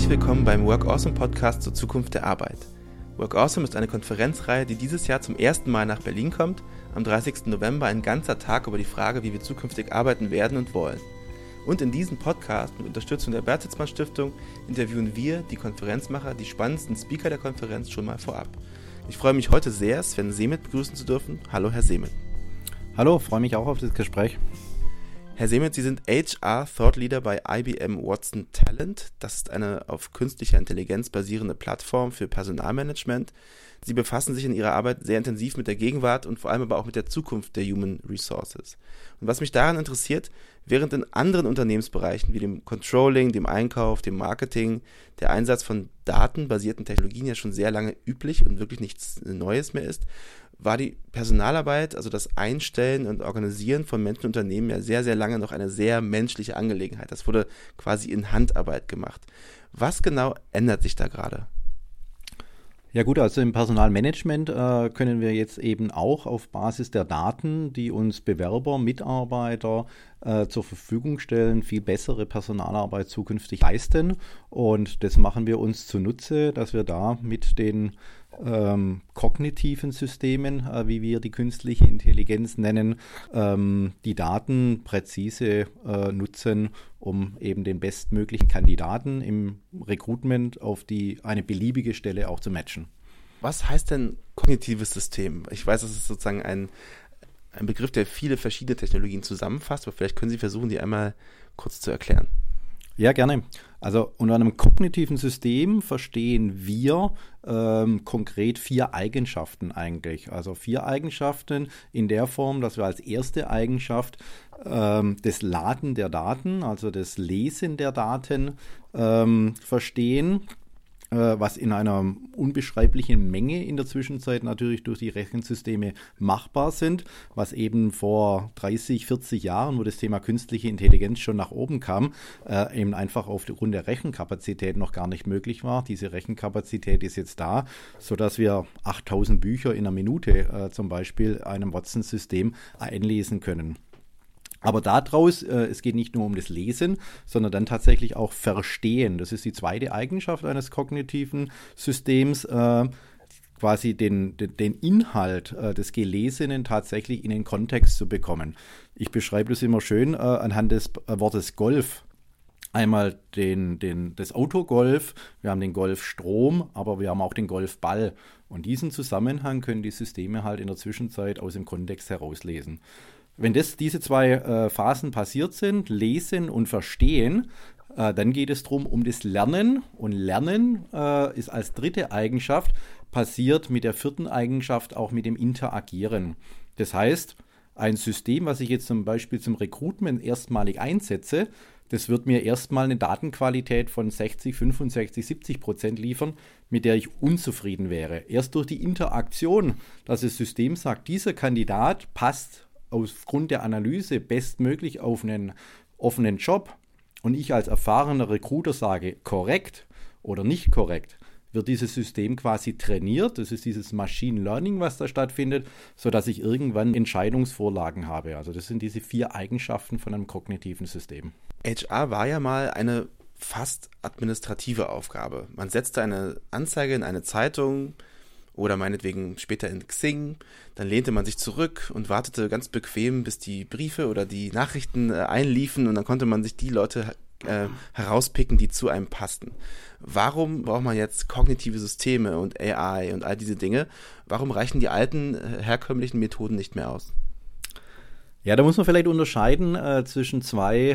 Herzlich willkommen beim Work Awesome Podcast zur Zukunft der Arbeit. Work Awesome ist eine Konferenzreihe, die dieses Jahr zum ersten Mal nach Berlin kommt. Am 30. November ein ganzer Tag über die Frage, wie wir zukünftig arbeiten werden und wollen. Und in diesem Podcast mit Unterstützung der Bertelsmann Stiftung interviewen wir, die Konferenzmacher, die spannendsten Speaker der Konferenz schon mal vorab. Ich freue mich heute sehr, Sven Semet begrüßen zu dürfen. Hallo, Herr Semet. Hallo, freue mich auch auf das Gespräch. Herr Semet, Sie sind HR Thought Leader bei IBM Watson Talent. Das ist eine auf künstlicher Intelligenz basierende Plattform für Personalmanagement. Sie befassen sich in Ihrer Arbeit sehr intensiv mit der Gegenwart und vor allem aber auch mit der Zukunft der Human Resources. Und was mich daran interessiert, während in anderen Unternehmensbereichen wie dem Controlling, dem Einkauf, dem Marketing der Einsatz von datenbasierten Technologien ja schon sehr lange üblich und wirklich nichts Neues mehr ist, war die Personalarbeit, also das Einstellen und Organisieren von Menschen und Unternehmen ja sehr, sehr lange noch eine sehr menschliche Angelegenheit. Das wurde quasi in Handarbeit gemacht. Was genau ändert sich da gerade? Ja gut, also im Personalmanagement können wir jetzt eben auch auf Basis der Daten, die uns Bewerber, Mitarbeiter zur Verfügung stellen, viel bessere Personalarbeit zukünftig leisten. Und das machen wir uns zunutze, dass wir da mit den kognitiven Systemen, wie wir die künstliche Intelligenz nennen, die Daten präzise nutzen, um eben den bestmöglichen Kandidaten im Recruitment auf eine beliebige Stelle auch zu matchen. Was heißt denn kognitives System? Ich weiß, das ist sozusagen ein Begriff, der viele verschiedene Technologien zusammenfasst, aber vielleicht können Sie versuchen, die einmal kurz zu erklären. Ja, gerne. Also unter einem kognitiven System verstehen wir konkret 4 Eigenschaften eigentlich. Also 4 Eigenschaften in der Form, dass wir als erste Eigenschaft das Laden der Daten, also das Lesen der Daten verstehen, was in einer unbeschreiblichen Menge in der Zwischenzeit natürlich durch die Rechensysteme machbar sind, was eben vor 30, 40 Jahren, wo das Thema künstliche Intelligenz schon nach oben kam, eben einfach aufgrund der Rechenkapazität noch gar nicht möglich war. Diese Rechenkapazität ist jetzt da, sodass wir 8000 Bücher in einer Minute zum Beispiel einem Watson-System einlesen können. Aber daraus, es geht nicht nur um das Lesen, sondern dann tatsächlich auch Verstehen. Das ist die zweite Eigenschaft eines kognitiven Systems, quasi den Inhalt des Gelesenen tatsächlich in den Kontext zu bekommen. Ich beschreibe das immer schön anhand des Wortes Golf. Einmal das Autogolf, wir haben den Golfstrom, aber wir haben auch den Golfball. Und diesen Zusammenhang können die Systeme halt in der Zwischenzeit aus dem Kontext herauslesen. Wenn diese 2 Phasen passiert sind, Lesen und Verstehen, dann geht es darum, um das Lernen. Und Lernen ist als dritte Eigenschaft passiert mit der 4. Eigenschaft auch mit dem Interagieren. Das heißt, ein System, was ich jetzt zum Beispiel zum Recruitment erstmalig einsetze, das wird mir erstmal eine Datenqualität von 60, 65, 70% liefern, mit der ich unzufrieden wäre. Erst durch die Interaktion, dass das System sagt, dieser Kandidat passt aufgrund der Analyse bestmöglich auf einen offenen Job und ich als erfahrener Recruiter sage, korrekt oder nicht korrekt, wird dieses System quasi trainiert. Das ist dieses Machine Learning, was da stattfindet, sodass ich irgendwann Entscheidungsvorlagen habe. Also das sind diese 4 Eigenschaften von einem kognitiven System. HR war ja mal eine fast administrative Aufgabe. Man setzte eine Anzeige in eine Zeitung oder meinetwegen später in Xing, dann lehnte man sich zurück und wartete ganz bequem, bis die Briefe oder die Nachrichten einliefen und dann konnte man sich die Leute herauspicken, die zu einem passten. Warum braucht man jetzt kognitive Systeme und AI und all diese Dinge? Warum reichen die alten, herkömmlichen Methoden nicht mehr aus? Ja, da muss man vielleicht unterscheiden zwischen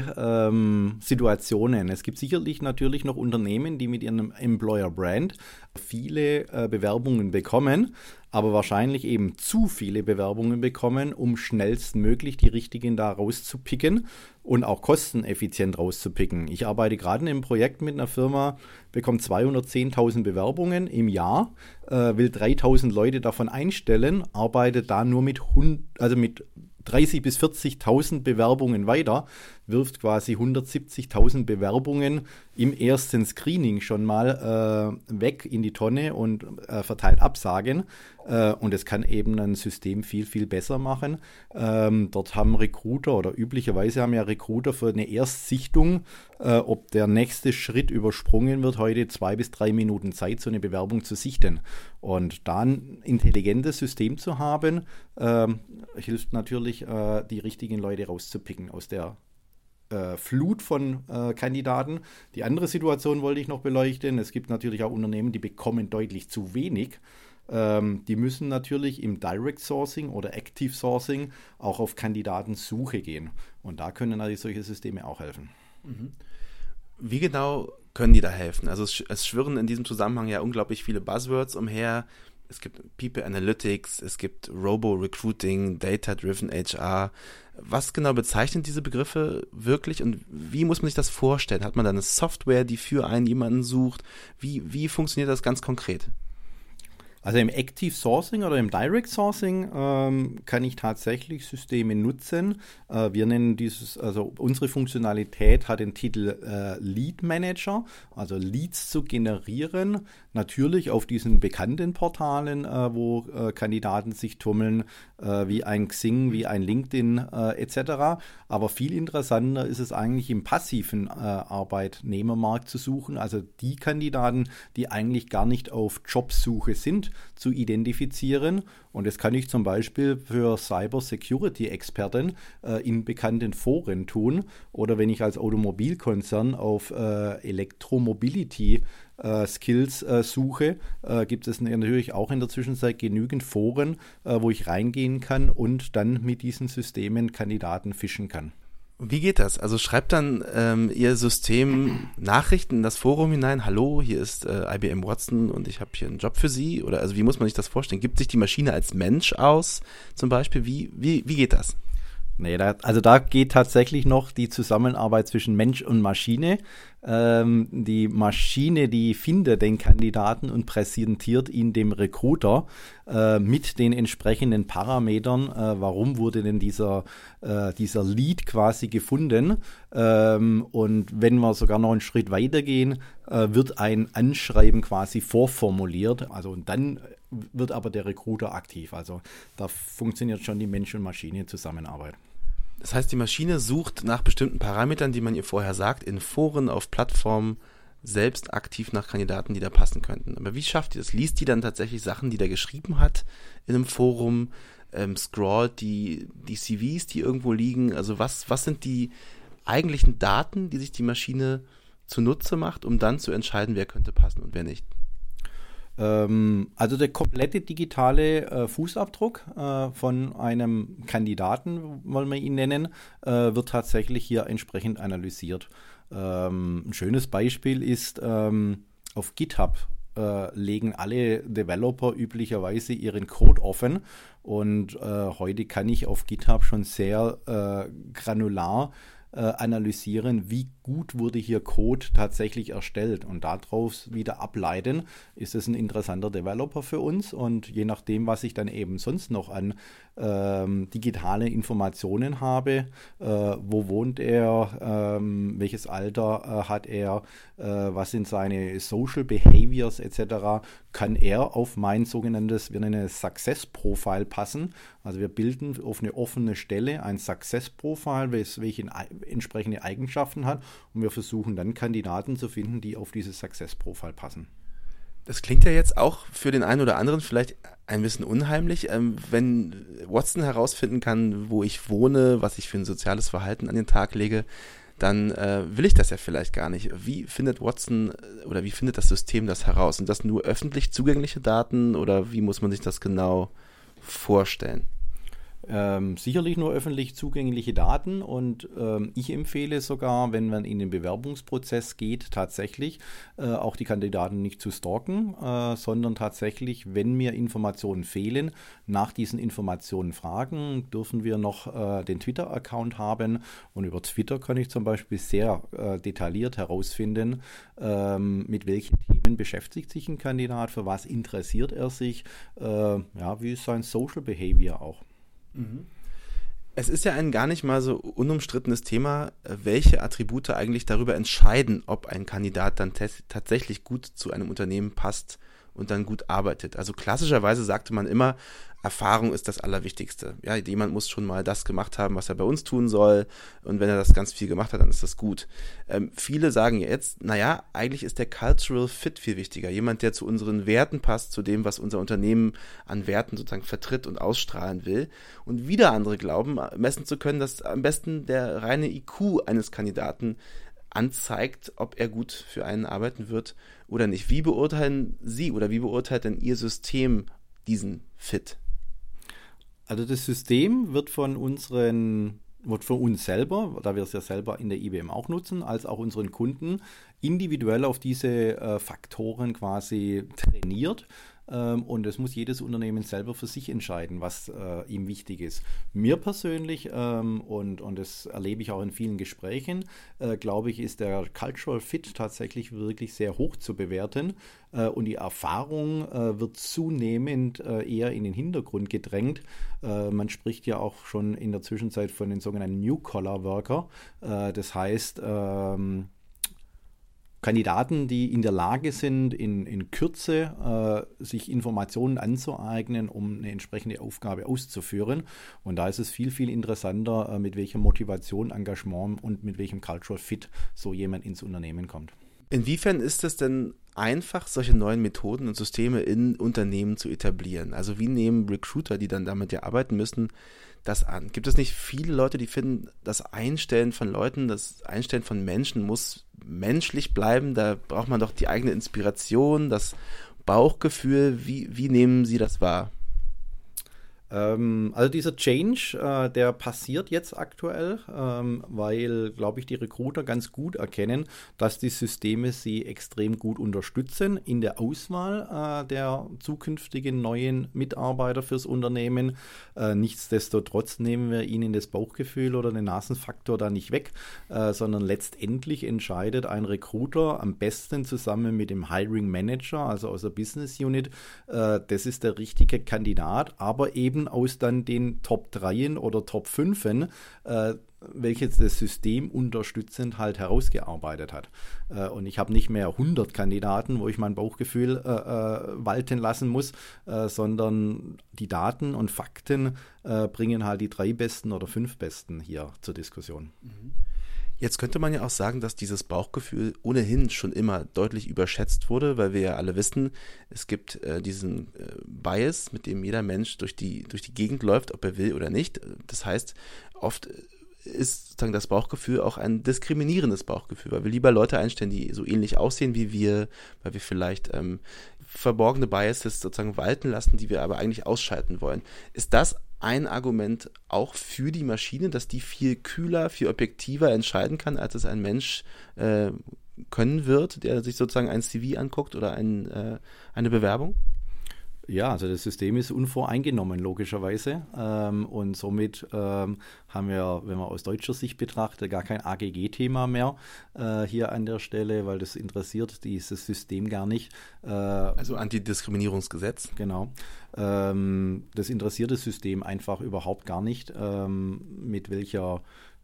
2 Situationen. Es gibt sicherlich natürlich noch Unternehmen, die mit ihrem Employer Brand viele Bewerbungen bekommen, aber wahrscheinlich eben zu viele Bewerbungen bekommen, um schnellstmöglich die richtigen da rauszupicken und auch kosteneffizient rauszupicken. Ich arbeite gerade in einem Projekt mit einer Firma, bekommt 210.000 Bewerbungen im Jahr, will 3.000 Leute davon einstellen, arbeitet da nur mit 30.000 bis 40.000 Bewerbungen weiter, wirft quasi 170.000 Bewerbungen im ersten Screening schon mal weg in die Tonne und verteilt Absagen. Und das kann eben ein System viel, viel besser machen. Dort haben Recruiter oder üblicherweise haben ja Recruiter für eine Erstsichtung ob der nächste Schritt übersprungen wird, heute 2 bis 3 Minuten Zeit, so eine Bewerbung zu sichten. Und da ein intelligentes System zu haben, hilft natürlich, die richtigen Leute rauszupicken aus der Flut von Kandidaten. Die andere Situation wollte ich noch beleuchten. Es gibt natürlich auch Unternehmen, die bekommen deutlich zu wenig. Die müssen natürlich im Direct Sourcing oder Active Sourcing auch auf Kandidatensuche gehen. Und da können natürlich solche Systeme auch helfen. Wie genau können die da helfen? Also es schwirren in diesem Zusammenhang ja unglaublich viele Buzzwords umher. Es gibt People Analytics, es gibt Robo-Recruiting, Data-Driven HR. Was genau bezeichnen diese Begriffe wirklich und wie muss man sich das vorstellen? Hat man da eine Software, die für einen jemanden sucht? Wie funktioniert das ganz konkret? Also im Active Sourcing oder im Direct Sourcing kann ich tatsächlich Systeme nutzen. Wir nennen dieses, also unsere Funktionalität hat den Titel Lead Manager, also Leads zu generieren. Natürlich auf diesen bekannten Portalen, wo Kandidaten sich tummeln, wie ein Xing, wie ein LinkedIn etc. Aber viel interessanter ist es eigentlich im passiven Arbeitnehmermarkt zu suchen, also die Kandidaten, die eigentlich gar nicht auf Jobsuche sind, zu identifizieren. Und das kann ich zum Beispiel für Cyber-Security-Experten in bekannten Foren tun. Oder wenn ich als Automobilkonzern auf Elektromobility Skills suche, gibt es natürlich auch in der Zwischenzeit genügend Foren, wo ich reingehen kann und dann mit diesen Systemen Kandidaten fischen kann. Wie geht das? Also schreibt dann Ihr System Nachrichten in das Forum hinein, hallo, hier ist IBM Watson und ich habe hier einen Job für Sie? Oder also wie muss man sich das vorstellen? Gibt sich die Maschine als Mensch aus zum Beispiel? Wie geht das? Nee, da geht tatsächlich noch die Zusammenarbeit zwischen Mensch und Maschine. Die Maschine, die findet den Kandidaten und präsentiert ihn dem Recruiter mit den entsprechenden Parametern. Warum wurde denn dieser Lead quasi gefunden? Und wenn wir sogar noch einen Schritt weitergehen, wird ein Anschreiben quasi vorformuliert. Also und dann wird aber der Recruiter aktiv. Also da funktioniert schon die Mensch- und Maschine-Zusammenarbeit. Das heißt, die Maschine sucht nach bestimmten Parametern, die man ihr vorher sagt, in Foren, auf Plattformen, selbst aktiv nach Kandidaten, die da passen könnten. Aber wie schafft die das? Liest die dann tatsächlich Sachen, die der geschrieben hat in einem Forum, scrollt die CVs, die irgendwo liegen? Also was sind die eigentlichen Daten, die sich die Maschine zunutze macht, um dann zu entscheiden, wer könnte passen und wer nicht? Also der komplette digitale Fußabdruck von einem Kandidaten, wollen wir ihn nennen, wird tatsächlich hier entsprechend analysiert. Ein schönes Beispiel ist, auf GitHub legen alle Developer üblicherweise ihren Code offen und heute kann ich auf GitHub schon sehr granular analysieren, wie gut wurde hier Code tatsächlich erstellt und daraus wieder ableiten, ist es ein interessanter Developer für uns und je nachdem, was ich dann eben sonst noch an digitale Informationen habe, wo wohnt er, welches Alter hat er, was sind seine Social Behaviors etc., kann er auf mein sogenanntes, wir nennen es Success Profile passen. Also wir bilden auf eine offene Stelle ein Success Profile, welche entsprechende Eigenschaften hat und wir versuchen dann Kandidaten zu finden, die auf dieses Success Profile passen. Das klingt ja jetzt auch für den einen oder anderen vielleicht ein bisschen unheimlich, wenn Watson herausfinden kann, wo ich wohne, was ich für ein soziales Verhalten an den Tag lege, dann will ich das ja vielleicht gar nicht. Wie findet Watson oder wie findet das System das heraus? Sind das nur öffentlich zugängliche Daten oder wie muss man sich das genau vorstellen? Sicherlich nur öffentlich zugängliche Daten und ich empfehle sogar, wenn man in den Bewerbungsprozess geht, tatsächlich auch die Kandidaten nicht zu stalken, sondern tatsächlich, wenn mir Informationen fehlen, nach diesen Informationen fragen. Dürfen wir noch den Twitter-Account haben und über Twitter kann ich zum Beispiel sehr detailliert herausfinden, mit welchen Themen beschäftigt sich ein Kandidat, für was interessiert er sich, wie ist sein Social Behavior auch. Es ist ja ein gar nicht mal so unumstrittenes Thema, welche Attribute eigentlich darüber entscheiden, ob ein Kandidat dann tatsächlich gut zu einem Unternehmen passt und dann gut arbeitet. Also klassischerweise sagte man immer, Erfahrung ist das Allerwichtigste. Ja, jemand muss schon mal das gemacht haben, was er bei uns tun soll, und wenn er das ganz viel gemacht hat, dann ist das gut. Viele sagen jetzt, naja, eigentlich ist der Cultural Fit viel wichtiger. Jemand, der zu unseren Werten passt, zu dem, was unser Unternehmen an Werten sozusagen vertritt und ausstrahlen will. Und wieder andere glauben, messen zu können, dass am besten der reine IQ eines Kandidaten anzeigt, ob er gut für einen arbeiten wird oder nicht. Wie beurteilen Sie oder wie beurteilt denn Ihr System diesen Fit? Also das System wird von uns selber, da wir es ja selber in der IBM auch nutzen, als auch unseren Kunden individuell auf diese Faktoren quasi trainiert. Und es muss jedes Unternehmen selber für sich entscheiden, was ihm wichtig ist. Mir persönlich, und das erlebe ich auch in vielen Gesprächen, glaube ich, ist der Cultural Fit tatsächlich wirklich sehr hoch zu bewerten. Und die Erfahrung wird zunehmend eher in den Hintergrund gedrängt. Man spricht ja auch schon in der Zwischenzeit von den sogenannten New-Collar-Worker. Das heißt, Kandidaten, die in der Lage sind, in Kürze sich Informationen anzueignen, um eine entsprechende Aufgabe auszuführen. Und da ist es viel, viel interessanter, mit welcher Motivation, Engagement und mit welchem Cultural Fit so jemand ins Unternehmen kommt. Inwiefern ist es denn einfach, solche neuen Methoden und Systeme in Unternehmen zu etablieren? Also wie nehmen Recruiter, die dann damit ja arbeiten müssen, das an? Gibt es nicht viele Leute, die finden, das Einstellen von Leuten, das Einstellen von Menschen muss menschlich bleiben? Da braucht man doch die eigene Inspiration, das Bauchgefühl. Wie nehmen Sie das wahr? Also dieser Change, der passiert jetzt aktuell, weil, glaube ich, die Recruiter ganz gut erkennen, dass die Systeme sie extrem gut unterstützen in der Auswahl der zukünftigen neuen Mitarbeiter fürs Unternehmen. Nichtsdestotrotz nehmen wir ihnen das Bauchgefühl oder den Nasenfaktor da nicht weg, sondern letztendlich entscheidet ein Recruiter am besten zusammen mit dem Hiring Manager, also aus der Business Unit, das ist der richtige Kandidat, aber eben aus dann den Top 3 oder Top 5, welches das System unterstützend halt herausgearbeitet hat. Und ich habe nicht mehr 100 Kandidaten, wo ich mein Bauchgefühl walten lassen muss, sondern die Daten und Fakten bringen halt die 3 besten oder 5 besten hier zur Diskussion. Jetzt könnte man ja auch sagen, dass dieses Bauchgefühl ohnehin schon immer deutlich überschätzt wurde, weil wir ja alle wissen, es gibt diesen Bias, mit dem jeder Mensch durch die Gegend läuft, ob er will oder nicht. Das heißt, oft ist sozusagen das Bauchgefühl auch ein diskriminierendes Bauchgefühl, weil wir lieber Leute einstellen, die so ähnlich aussehen wie wir, weil wir vielleicht verborgene Biases sozusagen walten lassen, die wir aber eigentlich ausschalten wollen. Ist das ein Argument auch für die Maschine, dass die viel kühler, viel objektiver entscheiden kann, als es ein Mensch können wird, der sich sozusagen ein CV anguckt oder eine Bewerbung? Ja, also das System ist unvoreingenommen, logischerweise. Und somit haben wir, wenn man aus deutscher Sicht betrachtet, gar kein AGG-Thema mehr hier an der Stelle, weil das interessiert dieses System gar nicht. Also Antidiskriminierungsgesetz. Genau. Das interessiert das System einfach überhaupt gar nicht, mit welcher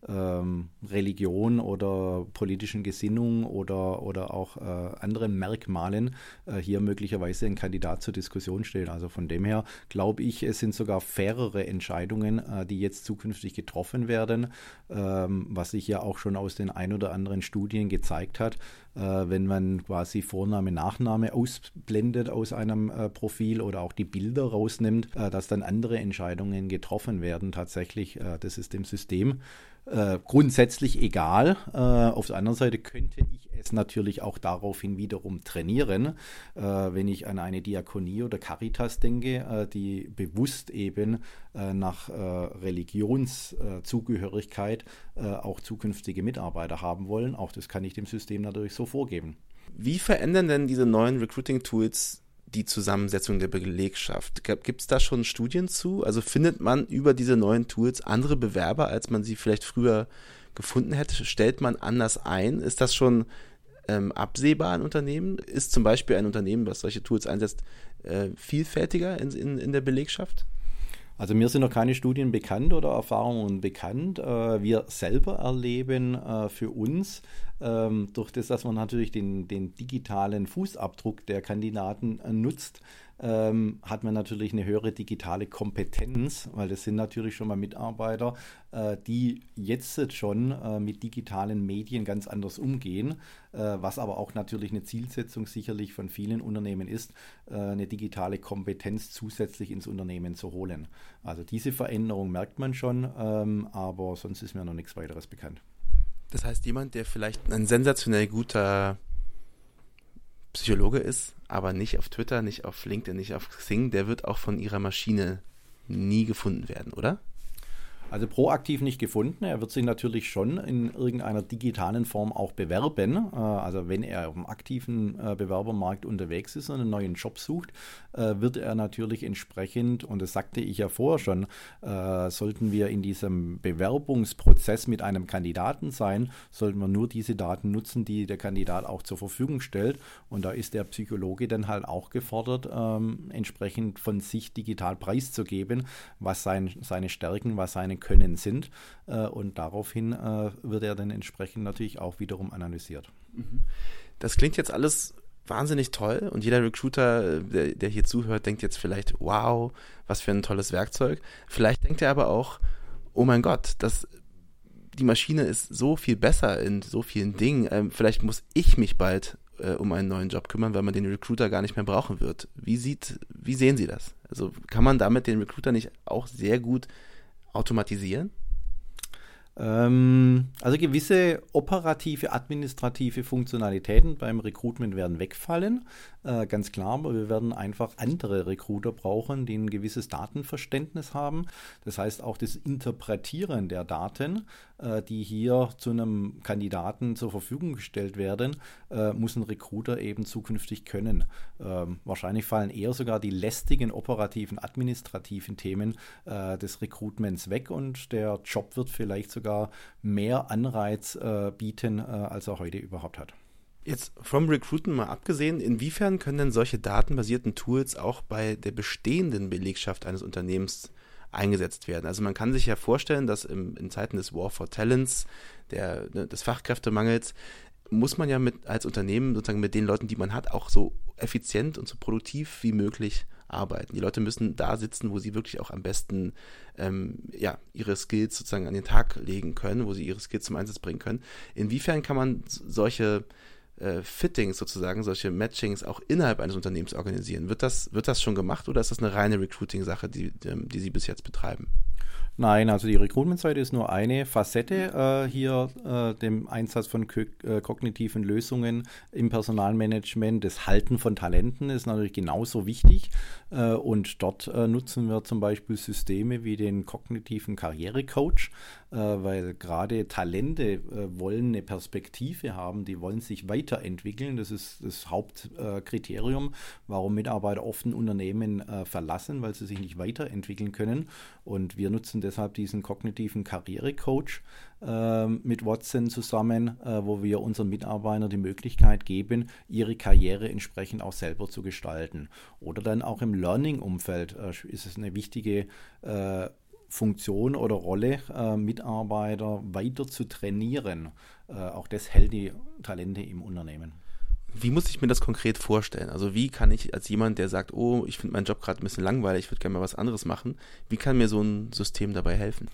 Religion oder politischen Gesinnung oder auch anderen Merkmalen hier möglicherweise ein Kandidat zur Diskussion steht. Also von dem her glaube ich, es sind sogar fairere Entscheidungen, die jetzt zukünftig getroffen werden, was sich ja auch schon aus den ein oder anderen Studien gezeigt hat, wenn man quasi Vorname, Nachname ausblendet aus einem Profil oder auch die Bilder rausnimmt, dass dann andere Entscheidungen getroffen werden. Tatsächlich, das ist dem System grundsätzlich egal. Auf der anderen Seite könnte ich es natürlich auch daraufhin wiederum trainieren, wenn ich an eine Diakonie oder Caritas denke, die bewusst eben nach Religionszugehörigkeit auch zukünftige Mitarbeiter haben wollen. Auch das kann ich dem System natürlich so vorgeben. Wie verändern denn diese neuen Recruiting-Tools die Zusammensetzung der Belegschaft? Gibt es da schon Studien zu? Also findet man über diese neuen Tools andere Bewerber, als man sie vielleicht früher gefunden hätte? Stellt man anders ein? Ist das schon absehbar in Unternehmen? Ist zum Beispiel ein Unternehmen, das solche Tools einsetzt, vielfältiger in der Belegschaft? Also mir sind noch keine Studien bekannt oder Erfahrungen bekannt. Wir selber erleben für uns, durch das, dass man natürlich den digitalen Fußabdruck der Kandidaten nutzt, hat man natürlich eine höhere digitale Kompetenz, weil das sind natürlich schon mal Mitarbeiter, die jetzt schon mit digitalen Medien ganz anders umgehen, was aber auch natürlich eine Zielsetzung sicherlich von vielen Unternehmen ist, eine digitale Kompetenz zusätzlich ins Unternehmen zu holen. Also diese Veränderung merkt man schon, aber sonst ist mir noch nichts weiteres bekannt. Das heißt, jemand, der vielleicht ein sensationell guter Psychologe ist, aber nicht auf Twitter, nicht auf LinkedIn, nicht auf Xing, der wird auch von ihrer Maschine nie gefunden werden, oder? Also proaktiv nicht gefunden. Er wird sich natürlich schon in irgendeiner digitalen Form auch bewerben. Also wenn er auf dem aktiven Bewerbermarkt unterwegs ist und einen neuen Job sucht, wird er natürlich entsprechend, und das sagte ich ja vorher schon, sollten wir in diesem Bewerbungsprozess mit einem Kandidaten sein, sollten wir nur diese Daten nutzen, die der Kandidat auch zur Verfügung stellt. Und da ist der Psychologe dann halt auch gefordert, entsprechend von sich digital preiszugeben, was seine Stärken, was seine Können sind. Und daraufhin wird er dann entsprechend natürlich auch wiederum analysiert. Das klingt jetzt alles wahnsinnig toll und jeder Recruiter, der hier zuhört, denkt jetzt vielleicht, wow, was für ein tolles Werkzeug. Vielleicht denkt er aber auch, oh mein Gott, die Maschine ist so viel besser in so vielen Dingen. Vielleicht muss ich mich bald um einen neuen Job kümmern, weil man den Recruiter gar nicht mehr brauchen wird. Wie sehen Sie das? Also kann man damit den Recruiter nicht auch sehr gut automatisieren? Also gewisse operative, administrative Funktionalitäten beim Recruitment werden wegfallen, ganz klar, aber wir werden einfach andere Recruiter brauchen, die ein gewisses Datenverständnis haben. Das heißt auch das Interpretieren der Daten, die hier zu einem Kandidaten zur Verfügung gestellt werden, muss ein Recruiter eben zukünftig können. Wahrscheinlich fallen eher sogar die lästigen operativen, administrativen Themen des Recruitments weg und der Job wird vielleicht sogar mehr Anreiz bieten, als er heute überhaupt hat. Jetzt vom Recruiten mal abgesehen, inwiefern können denn solche datenbasierten Tools auch bei der bestehenden Belegschaft eines Unternehmens eingesetzt werden? Also man kann sich ja vorstellen, dass in Zeiten des War for Talents, des Fachkräftemangels, muss man ja als Unternehmen sozusagen mit den Leuten, die man hat, auch so effizient und so produktiv wie möglich arbeiten. Die Leute müssen da sitzen, wo sie wirklich auch am besten ihre Skills sozusagen an den Tag legen können, wo sie ihre Skills zum Einsatz bringen können. Inwiefern kann man solche Fittings sozusagen, solche Matchings auch innerhalb eines Unternehmens organisieren? Wird das schon gemacht oder ist das eine reine Recruiting-Sache, die Sie bis jetzt betreiben? Nein, also die Recruitment-Seite ist nur eine Facette dem Einsatz von kognitiven Lösungen im Personalmanagement. Das Halten von Talenten ist natürlich genauso wichtig und dort nutzen wir zum Beispiel Systeme wie den kognitiven Karrierecoach, weil gerade Talente wollen eine Perspektive haben, die wollen sich weiterentwickeln. Das ist das Hauptkriterium, warum Mitarbeiter oft ein Unternehmen verlassen, weil sie sich nicht weiterentwickeln können. Und wir nutzen deshalb diesen kognitiven Karrierecoach mit Watson zusammen, wo wir unseren Mitarbeitern die Möglichkeit geben, ihre Karriere entsprechend auch selber zu gestalten. Oder dann auch im Learning-Umfeld ist es eine wichtige Funktion oder Rolle, Mitarbeiter weiter zu trainieren. Auch das hält die Talente im Unternehmen. Wie muss ich mir das konkret vorstellen? Also wie kann ich als jemand, der sagt, oh, ich finde meinen Job gerade ein bisschen langweilig, ich würde gerne mal was anderes machen, wie kann mir so ein System dabei helfen?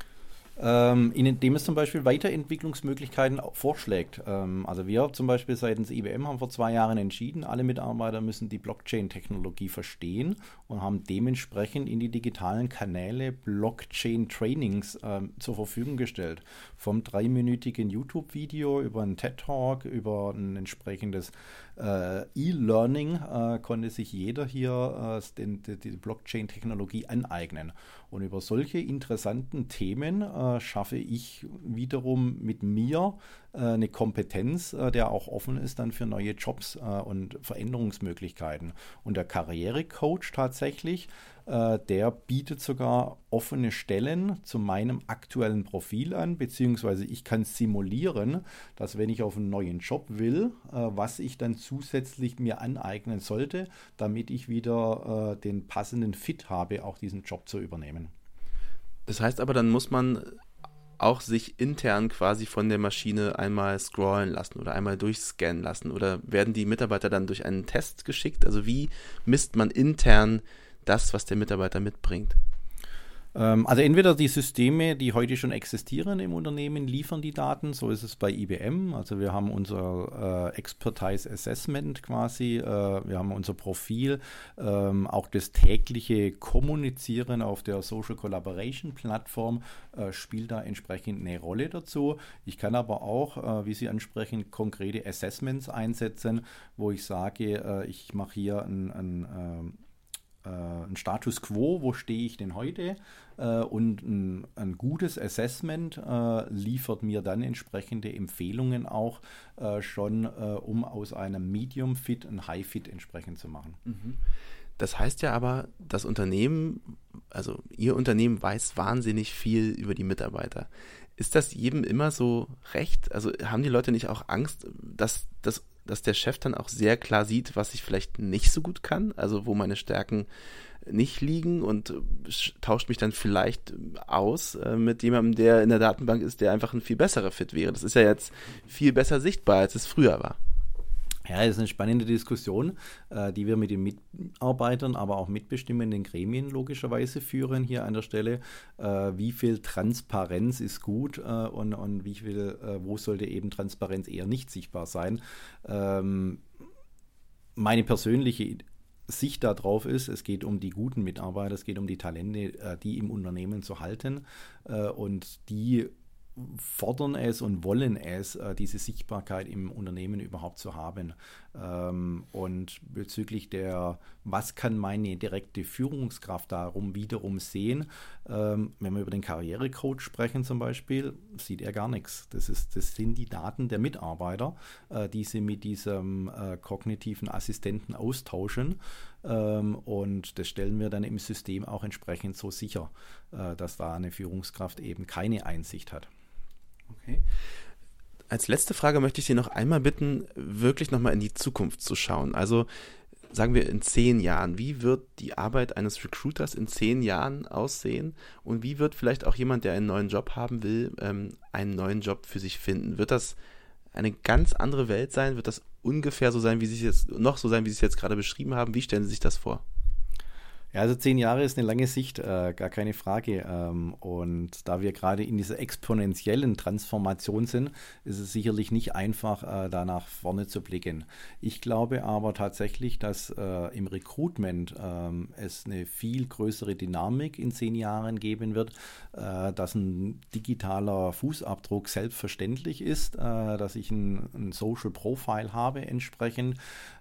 Indem es zum Beispiel Weiterentwicklungsmöglichkeiten vorschlägt. Also wir zum Beispiel seitens IBM haben vor 2 Jahren entschieden, alle Mitarbeiter müssen die Blockchain-Technologie verstehen und haben dementsprechend in die digitalen Kanäle Blockchain-Trainings zur Verfügung gestellt. Vom 3-minütigen YouTube-Video über einen TED-Talk, über ein entsprechendes E-Learning konnte sich jeder hier die Blockchain-Technologie aneignen. Und über solche interessanten Themen schaffe ich wiederum mit mir eine Kompetenz, der auch offen ist dann für neue Jobs und Veränderungsmöglichkeiten. Und der Karrierecoach tatsächlich, der bietet sogar offene Stellen zu meinem aktuellen Profil an, beziehungsweise ich kann simulieren, dass wenn ich auf einen neuen Job will, was ich dann zusätzlich mir aneignen sollte, damit ich wieder den passenden Fit habe, auch diesen Job zu übernehmen. Das heißt aber, dann muss man auch sich intern quasi von der Maschine einmal scrollen lassen oder einmal durchscannen lassen, oder werden die Mitarbeiter dann durch einen Test geschickt? Also wie misst man intern das, was der Mitarbeiter mitbringt? Also entweder die Systeme, die heute schon existieren im Unternehmen, liefern die Daten, so ist es bei IBM. Also wir haben unser Expertise Assessment quasi, wir haben unser Profil, auch das tägliche Kommunizieren auf der Social Collaboration Plattform spielt da entsprechend eine Rolle dazu. Ich kann aber auch, wie Sie ansprechen, konkrete Assessments einsetzen, wo ich sage, ich mache hier ein Status Quo, wo stehe ich denn heute? Und ein gutes Assessment liefert mir dann entsprechende Empfehlungen auch schon, um aus einem Medium Fit ein High Fit entsprechend zu machen. Das heißt ja aber, das Unternehmen, also Ihr Unternehmen weiß wahnsinnig viel über die Mitarbeiter. Ist das jedem immer so recht? Also haben die Leute nicht auch Angst, dass der Chef dann auch sehr klar sieht, was ich vielleicht nicht so gut kann, also wo meine Stärken nicht liegen, und tauscht mich dann vielleicht aus mit jemandem, der in der Datenbank ist, der einfach ein viel besserer Fit wäre? Das ist ja jetzt viel besser sichtbar, als es früher war. Ja, das ist eine spannende Diskussion, die wir mit den Mitarbeitern, aber auch mitbestimmenden Gremien logischerweise führen hier an der Stelle. Wie viel Transparenz ist gut und wie viel, wo sollte eben Transparenz eher nicht sichtbar sein? Meine persönliche Sicht darauf ist, es geht um die guten Mitarbeiter, es geht um die Talente, die im Unternehmen zu halten, und die fordern es und wollen es, diese Sichtbarkeit im Unternehmen überhaupt zu haben. Und bezüglich was kann meine direkte Führungskraft darum wiederum sehen, wenn wir über den Karrierecode sprechen zum Beispiel, sieht er gar nichts. Das sind die Daten der Mitarbeiter, die sie mit diesem kognitiven Assistenten austauschen. Und das stellen wir dann im System auch entsprechend so sicher, dass da eine Führungskraft eben keine Einsicht hat. Okay. Als letzte Frage möchte ich Sie noch einmal bitten, wirklich nochmal in die Zukunft zu schauen. Also sagen wir in 10 Jahren, wie wird die Arbeit eines Recruiters in 10 Jahren aussehen, und wie wird vielleicht auch jemand, der einen neuen Job haben will, einen neuen Job für sich finden? Wird das eine ganz andere Welt sein? Wird das ungefähr so sein, wie Sie es jetzt gerade beschrieben haben? Wie stellen Sie sich das vor? Ja, also 10 Jahre ist eine lange Sicht, gar keine Frage. Und da wir gerade in dieser exponentiellen Transformation sind, ist es sicherlich nicht einfach, da nach vorne zu blicken. Ich glaube aber tatsächlich, dass im Recruitment es eine viel größere Dynamik in 10 Jahren geben wird, dass ein digitaler Fußabdruck selbstverständlich ist, dass ich ein Social Profile habe entsprechend,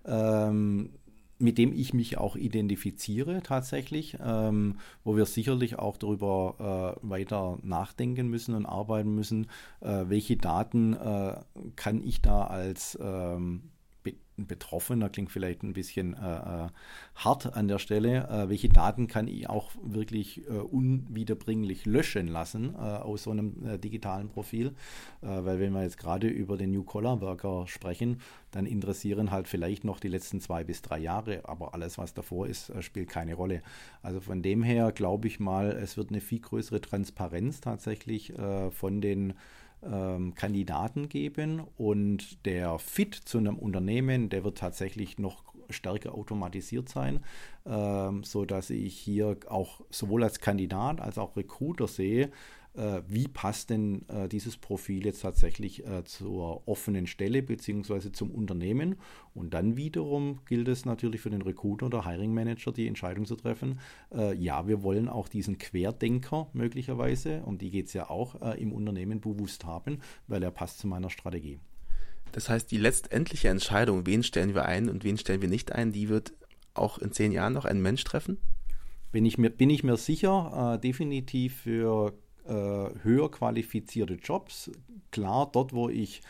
mit dem ich mich auch identifiziere tatsächlich, wo wir sicherlich auch darüber weiter nachdenken müssen und arbeiten müssen, welche Daten kann ich da als Betroffener, klingt vielleicht ein bisschen hart an der Stelle, welche Daten kann ich auch wirklich unwiederbringlich löschen lassen aus so einem digitalen Profil, weil wenn wir jetzt gerade über den New-Collar-Worker sprechen, dann interessieren halt vielleicht noch die letzten 2 bis 3 Jahre, aber alles, was davor ist, spielt keine Rolle. Also von dem her glaube ich mal, es wird eine viel größere Transparenz tatsächlich von den Kandidaten geben, und der Fit zu einem Unternehmen, der wird tatsächlich noch stärker automatisiert sein, sodass ich hier auch sowohl als Kandidat als auch Recruiter sehe, wie passt denn dieses Profil jetzt tatsächlich zur offenen Stelle bzw. zum Unternehmen. Und dann wiederum gilt es natürlich für den Recruiter oder Hiring Manager, die Entscheidung zu treffen, ja, wir wollen auch diesen Querdenker möglicherweise, um die geht es ja auch, im Unternehmen bewusst haben, weil er passt zu meiner Strategie. Das heißt, die letztendliche Entscheidung, wen stellen wir ein und wen stellen wir nicht ein, die wird auch in 10 Jahren noch ein Mensch treffen? Bin ich mir sicher, definitiv für höher qualifizierte Jobs. Klar, dort, wo ich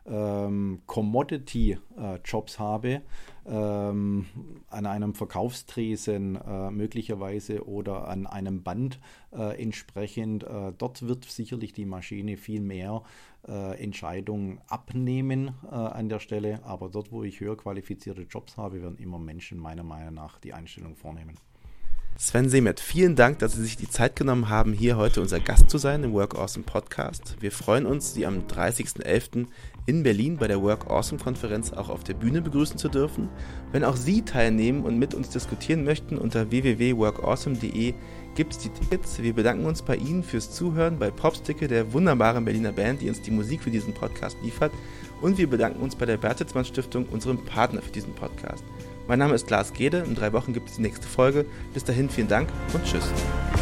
Commodity-Jobs habe, an einem Verkaufstresen möglicherweise oder an einem Band entsprechend, dort wird sicherlich die Maschine viel mehr Entscheidungen abnehmen an der Stelle, aber dort, wo ich höher qualifizierte Jobs habe, werden immer Menschen meiner Meinung nach die Einstellung vornehmen. Sven Semet, vielen Dank, dass Sie sich die Zeit genommen haben, hier heute unser Gast zu sein im Work Awesome Podcast. Wir freuen uns, Sie am 30.11. in Berlin bei der Work Awesome Konferenz auch auf der Bühne begrüßen zu dürfen. Wenn auch Sie teilnehmen und mit uns diskutieren möchten, unter www.workawesome.de gibt es die Tickets. Wir bedanken uns bei Ihnen fürs Zuhören, bei Popsticke, der wunderbaren Berliner Band, die uns die Musik für diesen Podcast liefert. Und wir bedanken uns bei der Bertelsmann Stiftung, unserem Partner für diesen Podcast. Mein Name ist Lars Gede, in 3 Wochen gibt es die nächste Folge. Bis dahin vielen Dank und tschüss.